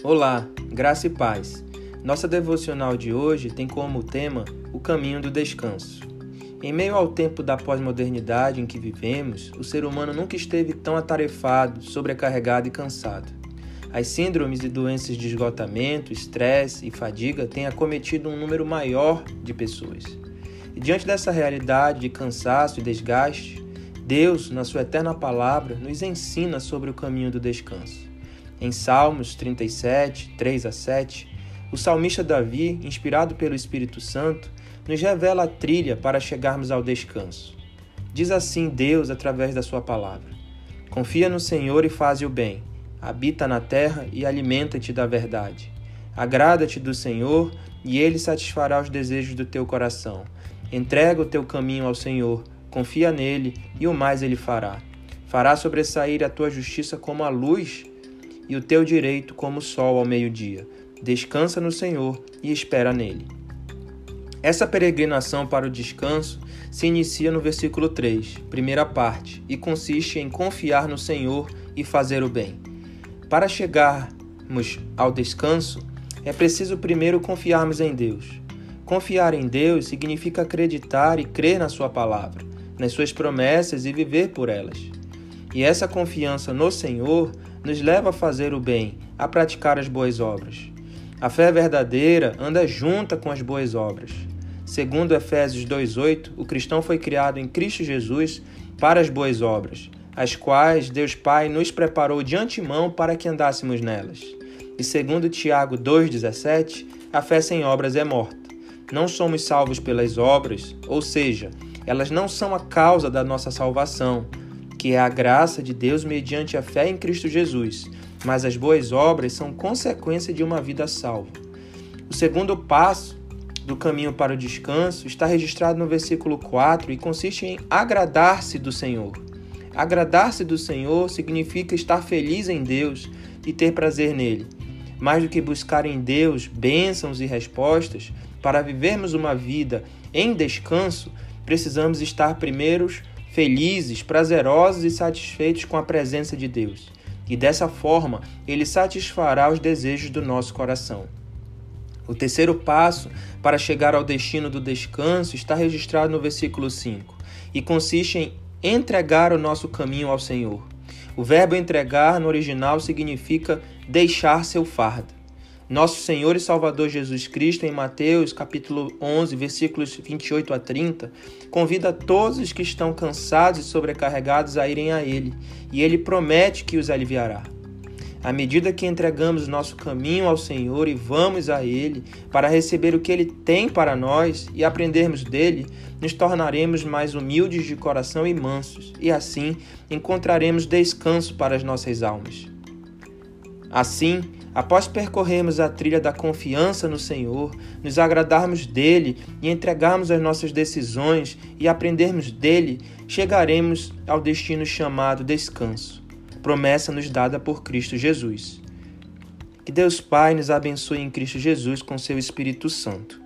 Olá, graça e paz. Nossa devocional de hoje tem como tema o caminho do descanso. Em meio ao tempo da pós-modernidade em que vivemos, o ser humano nunca esteve tão atarefado, sobrecarregado e cansado. As síndromes e doenças de esgotamento, estresse e fadiga têm acometido um número maior de pessoas. E diante dessa realidade de cansaço e desgaste, Deus, na sua eterna palavra, nos ensina sobre o caminho do descanso. Em Salmos 37, 3-7, o salmista Davi, inspirado pelo Espírito Santo, nos revela a trilha para chegarmos ao descanso. Diz assim Deus através da sua palavra: Confia no Senhor e faze o bem, habita na terra e alimenta-te da verdade. Agrada-te do Senhor e Ele satisfará os desejos do teu coração. Entrega o teu caminho ao Senhor, confia nele e o mais Ele fará. Fará sobressair a tua justiça como a luz e o teu direito como o sol ao meio-dia. Descansa no Senhor e espera nele. Essa peregrinação para o descanso se inicia no versículo 3, primeira parte, e consiste em confiar no Senhor e fazer o bem. Para chegarmos ao descanso, é preciso primeiro confiarmos em Deus. Confiar em Deus significa acreditar e crer na sua palavra, nas suas promessas e viver por elas. E essa confiança no Senhor nos leva a fazer o bem, a praticar as boas obras. A fé verdadeira anda junta com as boas obras. Segundo Efésios 2:8, o cristão foi criado em Cristo Jesus para as boas obras, as quais Deus Pai nos preparou de antemão para que andássemos nelas. E segundo Tiago 2:17, a fé sem obras é morta. Não somos salvos pelas obras, ou seja, elas não são a causa da nossa salvação, que é a graça de Deus mediante a fé em Cristo Jesus, mas as boas obras são consequência de uma vida salva. O segundo passo do caminho para o descanso está registrado no versículo 4 e consiste em agradar-se do Senhor. Agradar-se do Senhor significa estar feliz em Deus e ter prazer nele. Mais do que buscar em Deus bênçãos e respostas, para vivermos uma vida em descanso, precisamos estar primeiro felizes, prazerosos e satisfeitos com a presença de Deus. E dessa forma, Ele satisfará os desejos do nosso coração. O terceiro passo para chegar ao destino do descanso está registrado no versículo 5 e consiste em entregar o nosso caminho ao Senhor. O verbo entregar no original significa deixar seu fardo. Nosso Senhor e Salvador Jesus Cristo, em Mateus capítulo 11, versículos 28-30, convida todos os que estão cansados e sobrecarregados a irem a Ele, e Ele promete que os aliviará. À medida que entregamos nosso caminho ao Senhor e vamos a Ele para receber o que Ele tem para nós e aprendermos dele, nos tornaremos mais humildes de coração e mansos, e assim encontraremos descanso para as nossas almas. Assim, após percorrermos a trilha da confiança no Senhor, nos agradarmos dele e entregarmos as nossas decisões e aprendermos dele, chegaremos ao destino chamado descanso, promessa nos dada por Cristo Jesus. Que Deus Pai nos abençoe em Cristo Jesus com seu Espírito Santo.